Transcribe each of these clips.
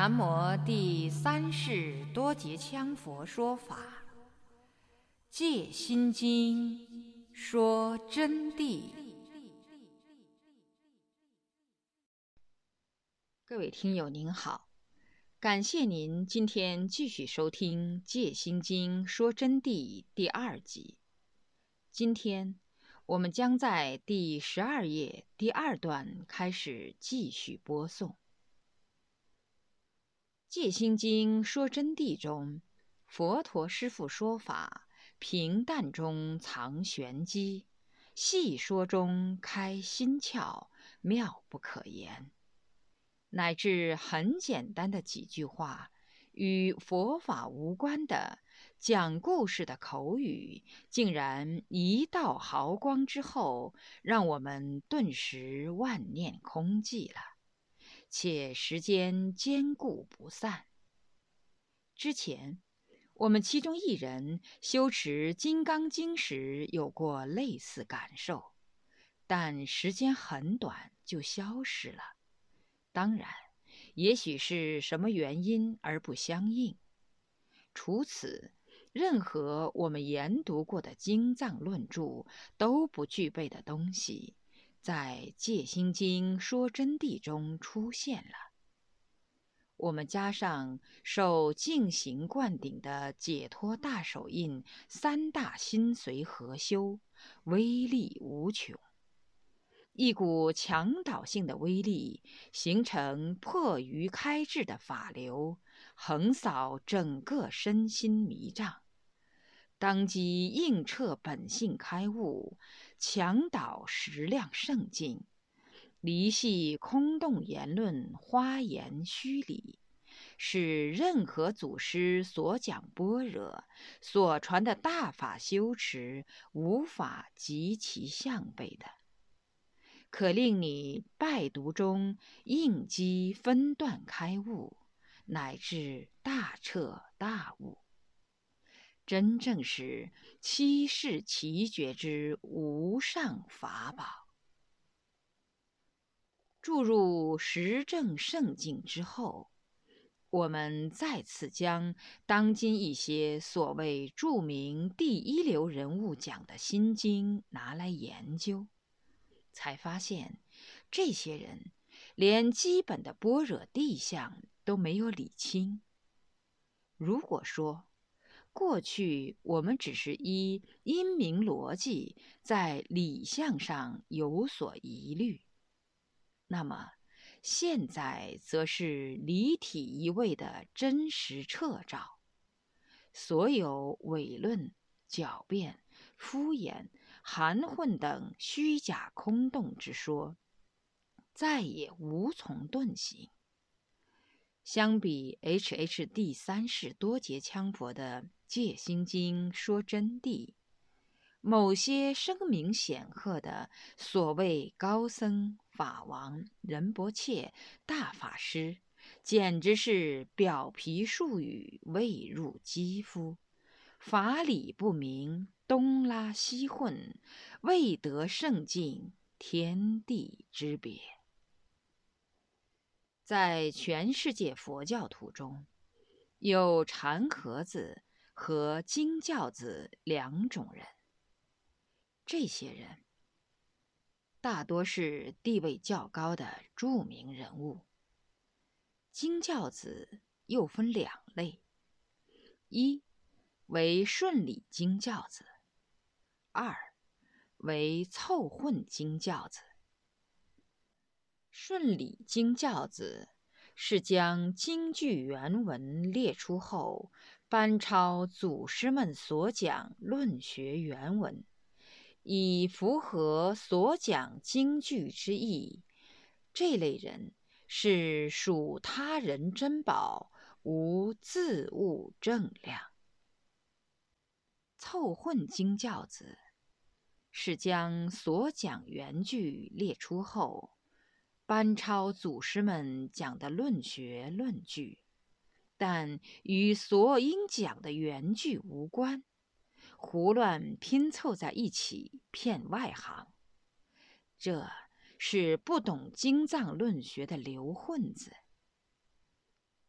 南无第三世多杰羌佛说法，戒心经说真谛。各位听友您好，感谢您今天继续收听《戒心经说真谛》第2集。今天我们将在第12页第2段开始继续播诵。戒心经说真谛中，佛陀师父说法，平淡中藏玄机，细说中开心窍，妙不可言。乃至很简单的几句话，与佛法无关的讲故事的口语，竟然一道毫光之后，让我们顿时万念空寂了，且时间坚固不散。之前我们其中一人修持金刚经时有过类似感受，但时间很短就消失了。当然也许是什么原因而不相应。除此，任何我们研读过的经藏论著都不具备的东西，在戒心经说真谛中出现了。我们加上受净行灌顶的解脱大手印3大心随合修，威力无穷。一股强导性的威力，形成破余开智的法流，横扫整个身心迷障，当即映彻本性开悟，强导实量圣境，离系空洞言论花言虚理，使任何祖师所讲般若所传的大法修持无法及其相背的，可令你拜读中应机分段开悟，乃至大彻大悟，真正是七世奇绝之无上法宝。注入实证圣境之后，我们再次将当今一些所谓著名第一流人物讲的心经拿来研究，才发现这些人连基本的般若谛相都没有理清。如果说过去我们只是依因明逻辑在理相上有所疑虑，那么现在则是离体一味的真实彻照，所有伪论、狡辩、敷衍、含混等虚假空洞之说，再也无从遁形。相比 H.H. 第三世多杰羌佛的戒心经说真谛，某些声名显赫的所谓高僧、法王、仁波切、大法师，简直是表皮术语未入肌肤，法理不明，东拉西混，未得圣境，天地之别。在全世界佛教徒中，有禅和子和经教子2种人。这些人大多是地位较高的著名人物。经教子又分2类，一为顺理经教子，2为凑混经教子。顺理经教子是将经句原文列出后，班抄祖师们所讲论学原文，以符合所讲经句之意。这类人是属他人珍宝，无自悟正量。凑混经教子是将所讲原句列出后，班抄祖师们讲的论学论据，但与所应讲的原句无关，胡乱拼凑在一起骗外行。这是不懂经藏论学的流混子。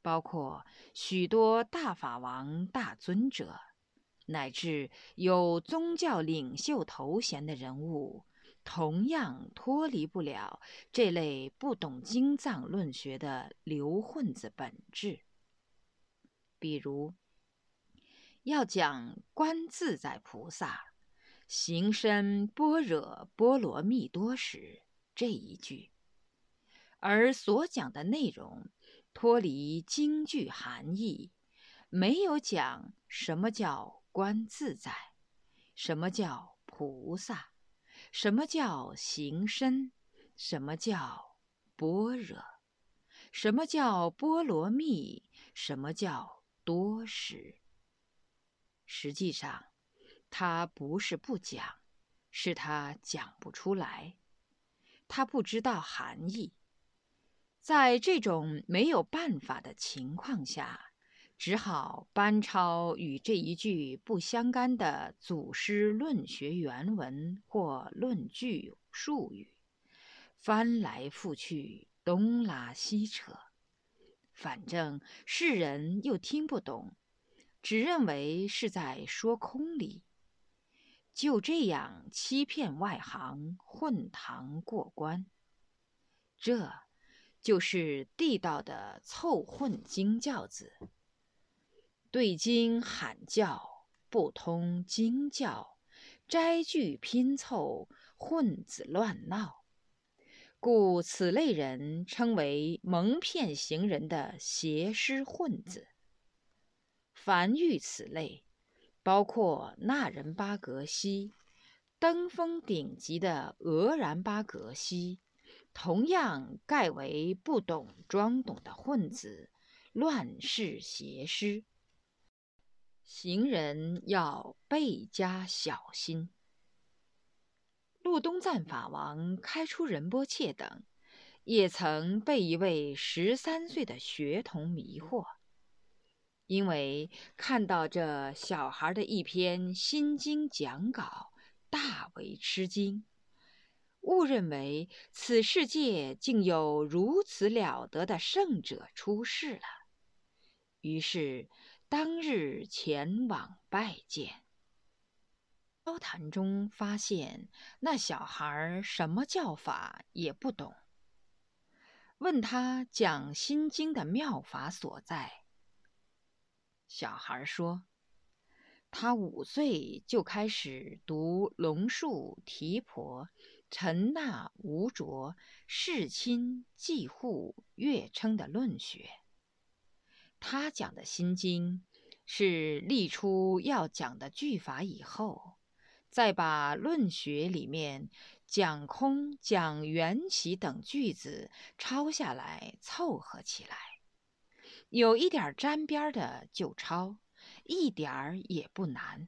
包括许多大法王、大尊者，乃至有宗教领袖头衔的人物，同样脱离不了这类不懂经藏论学的流混子本质。比如，要讲观自在菩萨行深般若波罗蜜多时这一句，而所讲的内容脱离经句含义，没有讲什么叫观自在，什么叫菩萨，什么叫行深，什么叫般若，什么叫波罗蜜，什么叫多时。实际上，他不是不讲，是他讲不出来，他不知道含义。在这种没有办法的情况下，只好搬抄与这一句不相干的祖师论学原文或论据术语，翻来覆去，东拉西扯，反正世人又听不懂，只认为是在说空理，就这样欺骗外行，混堂过关。这就是地道的凑混经教子，对经喊教，不通经教，摘句拼凑，混子乱闹，故此类人称为蒙骗行人的邪师混子。凡遇此类，包括那人巴格西、登峰顶级的俄然巴格西，同样概为不懂装懂的混子，乱世邪师。行人要倍加小心。路东赞法王、开出仁波切等，也曾被一位13岁的学童迷惑，因为看到这小孩的一篇心经讲稿，大为吃惊，误认为此世界竟有如此了得的圣者出世了，于是当日前往拜见。交谈中发现那小孩什么教法也不懂，问他讲心经的妙法所在。小孩说，他5岁就开始读龙树、提婆、陈那、无着、世亲、济护、月称的论学。他讲的心经是立出要讲的句法以后，再把论学里面讲空、讲缘起等句子抄下来凑合起来，有一点沾边的就抄，一点儿也不难。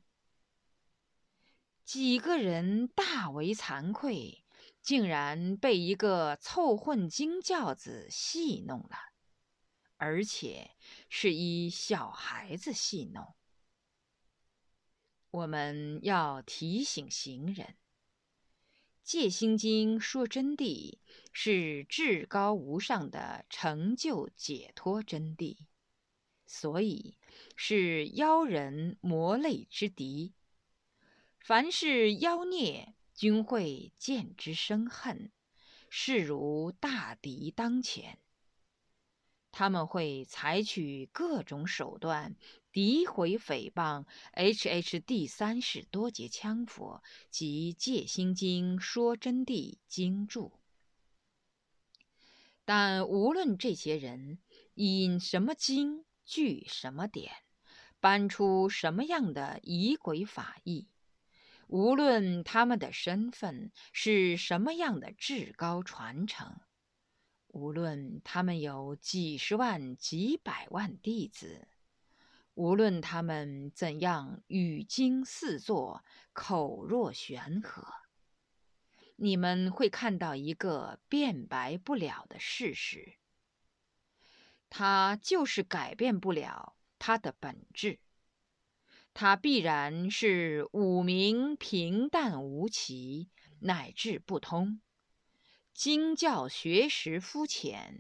几个人大为惭愧，竟然被一个凑混经教子戏弄了，而且是一小孩子戏弄。我们要提醒行人，戒心经说真谛是至高无上的成就解脱真谛，所以是妖人魔类之敌。凡是妖孽，均会见之生恨，视如大敌当前。他们会采取各种手段诋毁诽谤 HH 第3世多杰羌佛及戒心经说真谛经注。但无论这些人引什么经，据什么典，搬出什么样的仪轨法义，无论他们的身份是什么样的至高传承，无论他们有几十万、几百万弟子，无论他们怎样语经四座，口若悬河，你们会看到一个辩白不了的事实，它就是改变不了它的本质，它必然是五明平淡无奇，乃至不通。经教学识肤浅，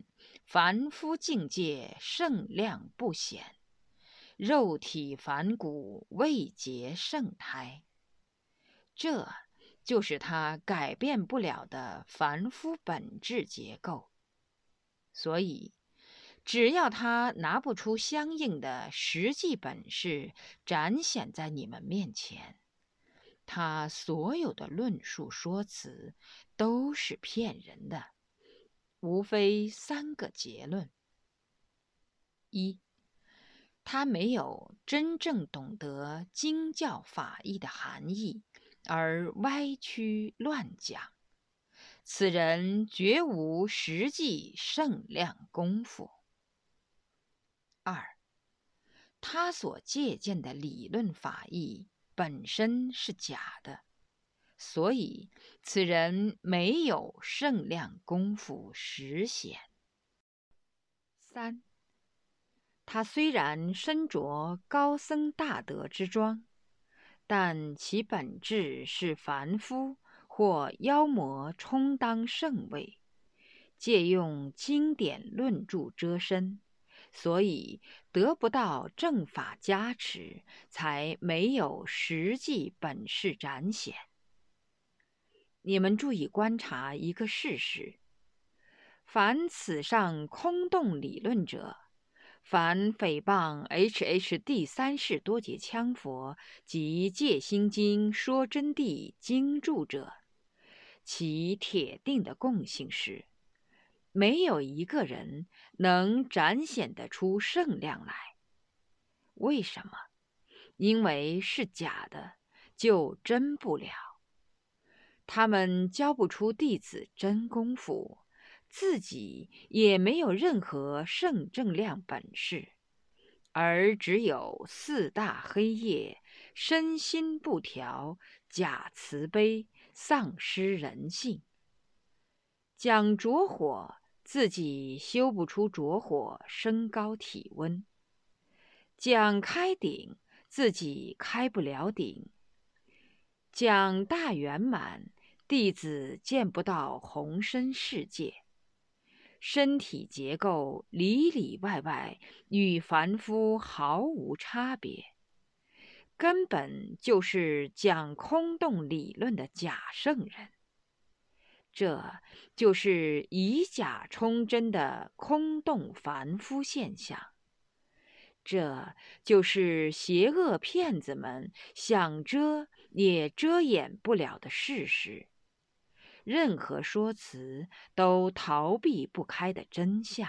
凡夫境界圣量不显，肉体凡骨未结圣胎。这就是他改变不了的凡夫本质结构。所以只要他拿不出相应的实际本事展显在你们面前，他所有的论述说辞都是骗人的，无非3个结论：一，他没有真正懂得经教法义的含义，而歪曲乱讲，此人绝无实际圣量功夫。2，他所借鉴的理论法义本身是假的，所以此人没有圣量功夫实显。3，他虽然身着高僧大德之装，但其本质是凡夫或妖魔充当圣位，借用经典论著遮身，所以得不到正法加持，才没有实际本事展显。你们注意观察一个事实：凡此上空洞理论者，凡诽谤 H.H. 第3世多杰羌佛及戒心经说真谛经注者，其铁定的共性是，没有一个人能展显得出圣量来。为什么？因为是假的，就真不了。他们教不出弟子真功夫，自己也没有任何圣正量本事，而只有4大黑夜，身心不调，假慈悲，丧失人性。讲着火，自己修不出着火升高体温；讲开顶，自己开不了顶；讲大圆满，弟子见不到虹身世界，身体结构里里外外与凡夫毫无差别，根本就是讲空洞理论的假圣人。这就是以假充真的空洞凡夫现象，这就是邪恶骗子们想遮也遮掩不了的事实，任何说辞都逃避不开的真相。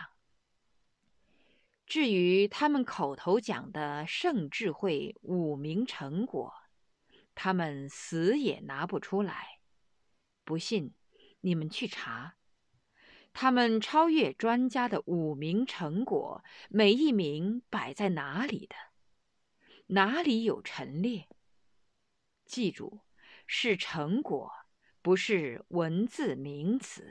至于他们口头讲的圣智慧5明成果，他们死也拿不出来。不信你们去查，他们超越专家的5明成果，每一名摆在哪里的？哪里有陈列？记住，是成果，不是文字名词。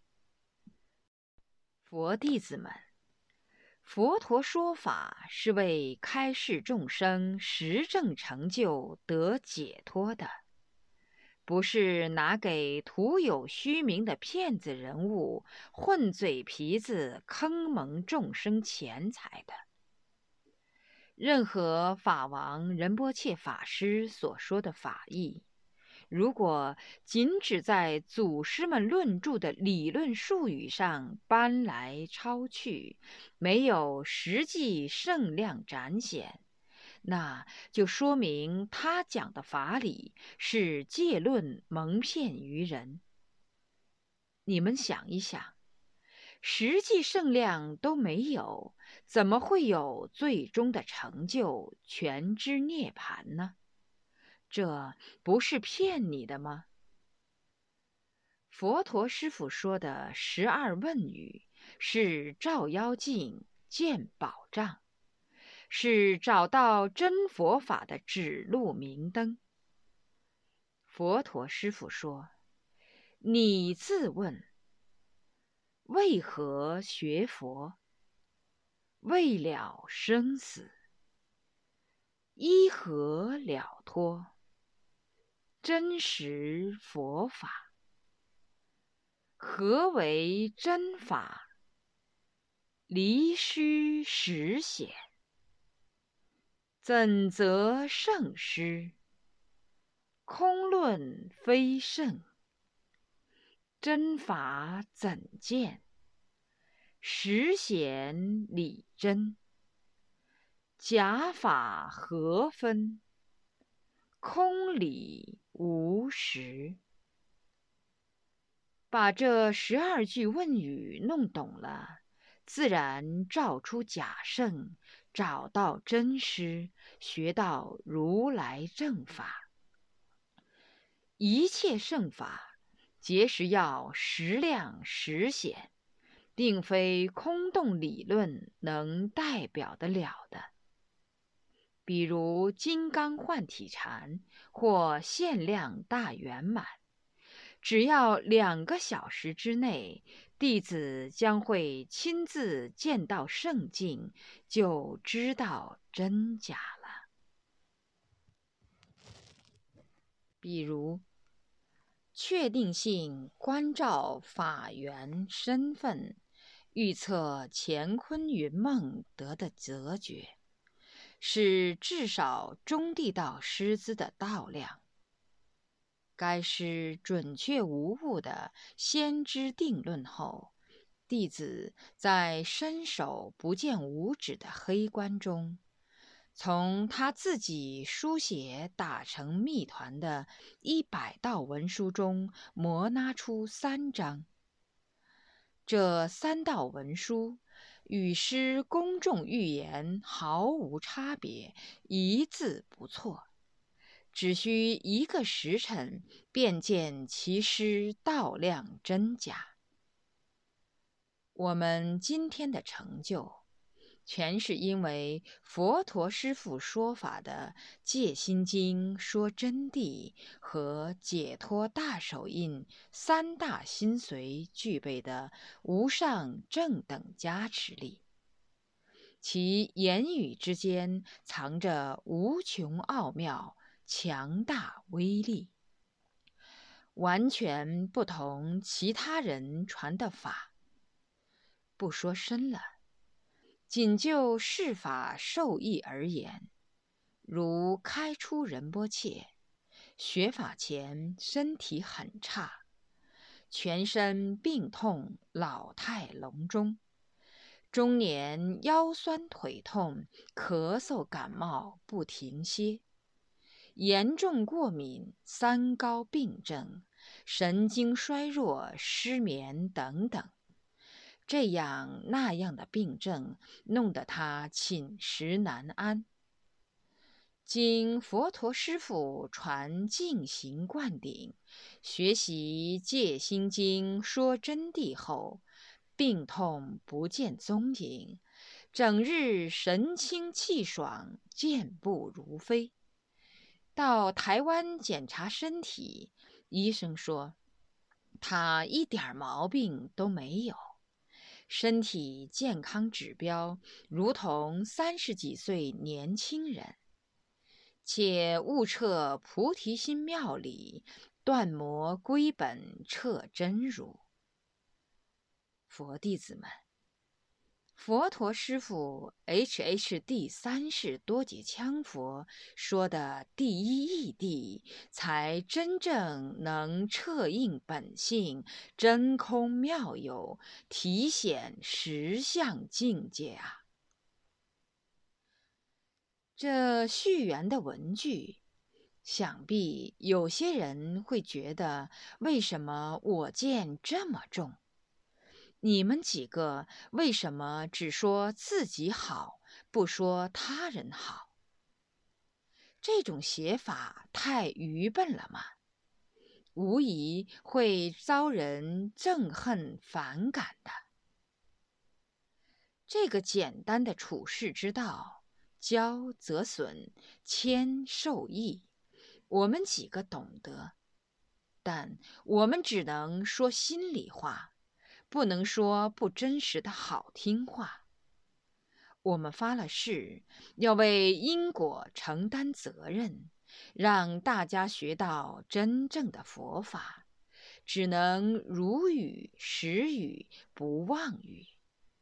佛弟子们，佛陀说法是为开示众生实证成就得解脱的，不是拿给徒有虚名的骗子人物混嘴皮子坑蒙众生钱财的。任何法王仁波切法师所说的法义，如果仅只在祖师们论著的理论术语上搬来抄去，没有实际圣量展显，那就说明他讲的法理是借论蒙骗于人。你们想一想，实际圣量都没有，怎么会有最终的成就全知涅槃呢？这不是骗你的吗？佛陀师父说的12问语是照妖镜见宝障，是找到真佛法的指路明灯。佛陀师父说，你自问，为何学佛？为了生死。依何了脱？真实佛法。何为真法？ 离虚实显。怎则圣师？空论非圣。真法怎见？实显理真。假法何分？空理无实。把这12句问语弄懂了，自然照出假圣，找到真师，学到如来正法。一切圣法，皆是要实量实显，并非空洞理论能代表得了的。比如金刚换体禅或限量大圆满，只要2个小时之内，弟子将会亲自见到圣境，就知道真假了。比如确定性关照法缘身份，预测乾坤云梦得的则觉，是至少中地道师资的道量。该师准确无误地先知定论后，弟子在伸手不见五指的黑关中，从他自己书写打成密团的100道文书中摩拿出3章。这3道文书与师公众预言毫无差别，一字不错，只需1个时辰，便见其师道量真假。我们今天的成就，全是因为佛陀师父说法的《戒心经》说真谛和解脱大手印3大心髓具备的无上正等加持力，其言语之间藏着无穷奥妙，强大威力，完全不同其他人传的法。不说深了，仅就释法受益而言，如开初仁波切学法前身体很差，全身病痛，老态龙钟，中年腰酸腿痛，咳嗽感冒不停歇，严重过敏、3高病症、神经衰弱、失眠等等，这样那样的病症弄得他寝食难安。经佛陀师父传净行灌顶，学习戒心经说真谛后，病痛不见踪影，整日神清气爽，健步如飞。到台湾检查身体，医生说他一点毛病都没有，身体健康指标如同30几岁年轻人，且悟彻菩提心妙理，断魔归本，彻真如。佛弟子们，佛陀师父 H.H. 第3世多杰羌佛说的第一义谛，才真正能彻应本性，真空妙有，体显实相境界啊！这序言的文句，想必有些人会觉得，为什么我见这么重？你们几个为什么只说自己好，不说他人好？这种写法太愚笨了嘛，无疑会遭人憎恨反感的。这个简单的处世之道，教则损，谦受益，我们几个懂得，但我们只能说心里话，不能说不真实的好听话。我们发了誓，要为因果承担责任，让大家学到真正的佛法，只能如语实语，不妄语。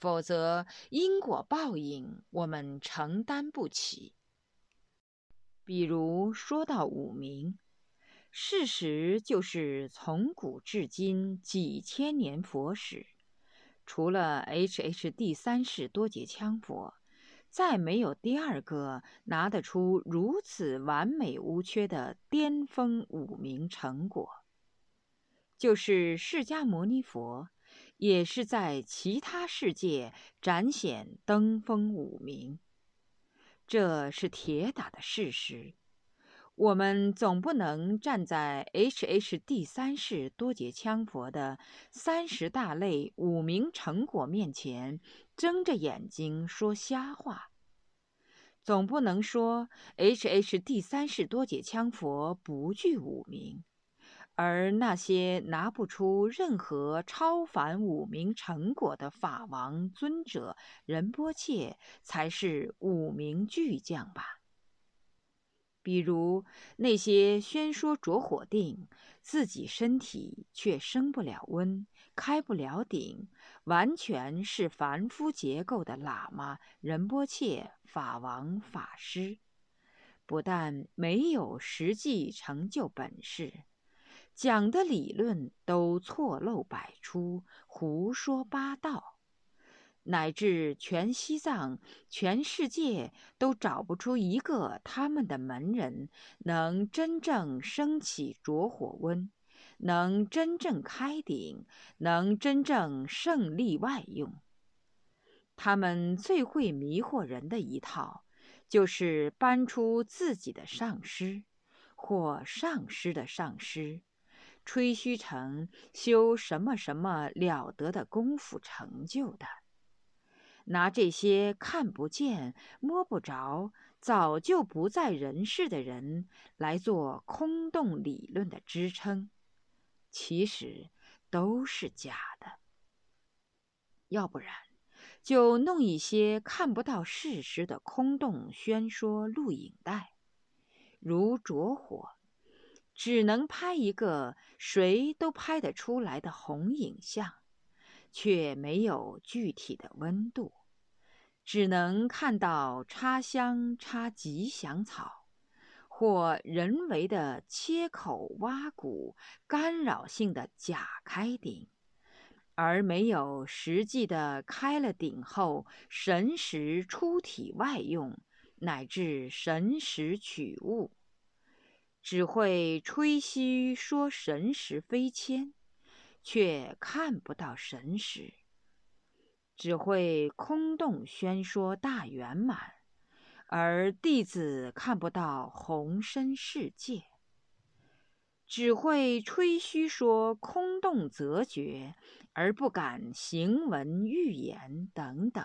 否则因果报应我们承担不起。比如说到五明，事实就是从古至今几千年佛史，除了 H.H. 第三世多杰羌佛，再没有第二个拿得出如此完美无缺的巅峰五明成果。就是释迦牟尼佛，也是在其他世界展显登峰五明，这是铁打的事实。我们总不能站在 H.H. 第三世多杰羌佛的30大类五明成果面前睁着眼睛说瞎话，总不能说 H.H. 第三世多杰羌佛不具五明，而那些拿不出任何超凡五明成果的法王尊者仁波切才是五明巨匠吧。比如那些宣说着火定，自己身体却升不了温，开不了顶，完全是凡夫结构的喇嘛、仁波切、法王、法师，不但没有实际成就本事，讲的理论都错漏百出，胡说八道，乃至全西藏、全世界都找不出一个他们的门人能真正升起着火温，能真正开顶，能真正胜利外用。他们最会迷惑人的一套，就是搬出自己的上师或上师的上师，吹嘘成修什么什么了得的功夫成就的，拿这些看不见、摸不着、早就不在人世的人来做空洞理论的支撑，其实都是假的。要不然，就弄一些看不到事实的空洞宣说录影带，如着火，只能拍一个谁都拍得出来的红影像，却没有具体的温度，只能看到插香插吉祥草，或人为的切口挖骨，干扰性的假开顶，而没有实际的开了顶后神识出体外用，乃至神识取物，只会吹嘘说神识飞迁，却看不到神识，只会空洞宣说大圆满，而弟子看不到宏深世界，只会吹嘘说空洞则觉，而不敢行文预言等等。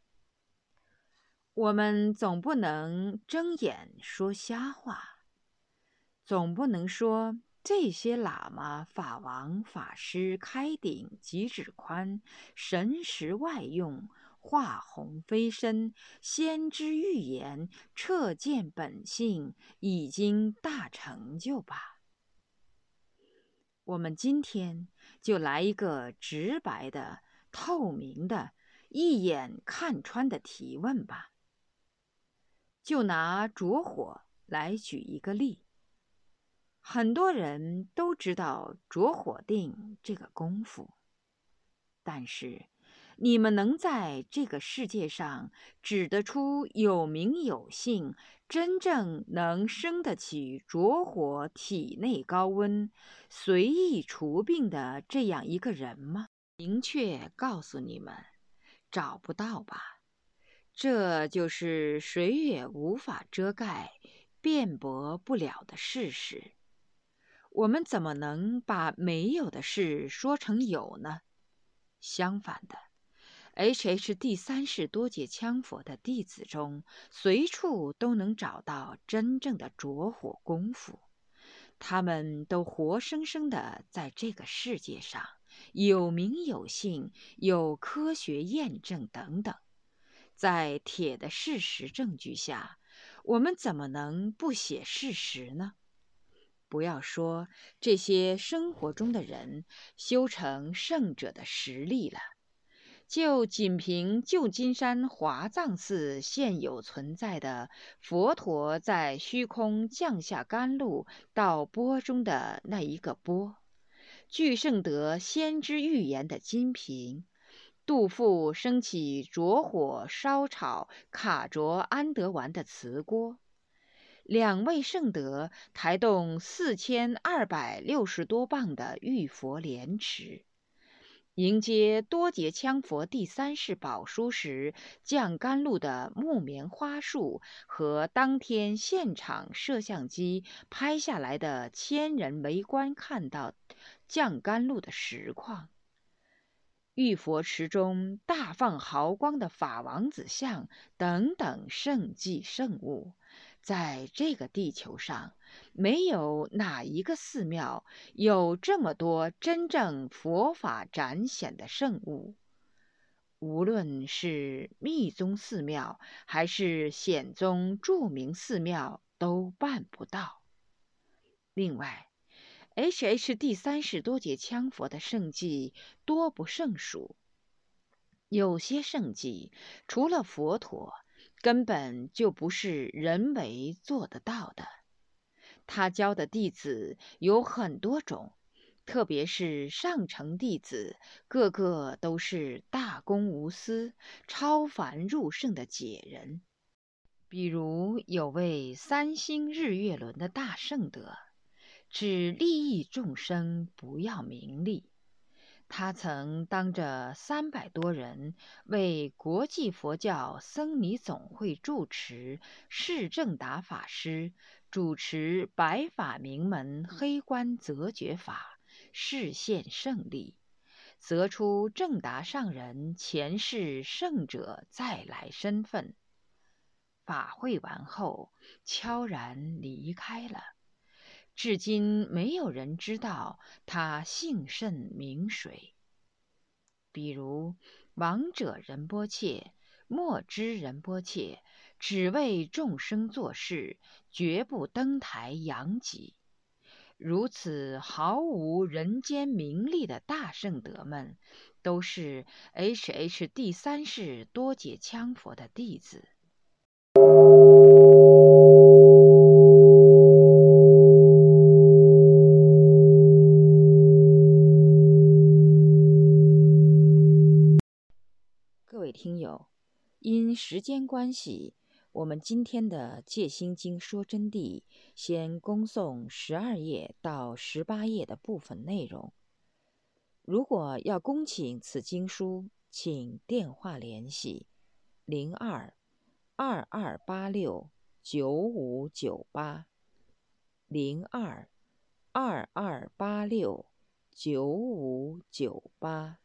我们总不能睁眼说瞎话，总不能说这些喇嘛、法王、法师开顶、极指宽、神识外用、化虹飞身、先知预言、彻见本性，已经大成就吧。我们今天就来一个直白的、透明的、一眼看穿的提问吧。就拿着火来举一个例。很多人都知道着火定这个功夫，但是你们能在这个世界上指得出有名有姓、真正能生得起着火体内高温、随意除病的这样一个人吗？明确告诉你们，找不到吧。这就是谁也无法遮盖、辩驳不了的事实。我们怎么能把没有的事说成有呢？相反的，H.H. 第三世多杰羌佛的弟子中，随处都能找到真正的着火功夫。他们都活生生的在这个世界上，有名有姓，有科学验证等等。在铁的事实证据下，我们怎么能不写事实呢？不要说这些生活中的人修成圣者的实力了， 就仅凭旧金山华藏寺现有存在的佛陀在虚空降下甘露到钵中的那一个钵，具圣德先知预言的金瓶，杜甫升起着火烧炒卡着安德丸的瓷锅，两位圣德抬动4260多磅的玉佛莲池，迎接多杰羌佛第三世宝书时降甘露的木棉花束和当天现场摄像机拍下来的千人围观看到降甘露的实况。玉佛池中大放豪光的法王子像等等圣迹圣物，在这个地球上，没有哪一个寺庙有这么多真正佛法展显的圣物。无论是密宗寺庙还是显宗著名寺庙都办不到。另外，H.H. 第三世多杰羌佛的圣迹多不胜数，有些圣迹除了佛陀，根本就不是人为做得到的。他教的弟子有很多种，特别是上乘弟子，个个都是大公无私、超凡入圣的解人。比如有位三星日月轮的大圣德，只利益众生，不要名利。他曾当着300多人为国际佛教僧尼总会住持释正达法师主持白法明门黑观择觉法，示现胜利，择出正达上人前世圣者再来身份。法会完后，悄然离开了。至今没有人知道他姓甚名谁。比如王者仁波切、墨知仁波切，只为众生做事，绝不登台扬己。如此毫无人间名利的大圣德们，都是 H.H. 第三世多杰羌佛的弟子。各位听友，因时间关系，我们今天的戒心经说真谛先恭诵12页到18页的部分内容。如果要恭请此经书，请电话联系02-2286-9598 02-2286-9598。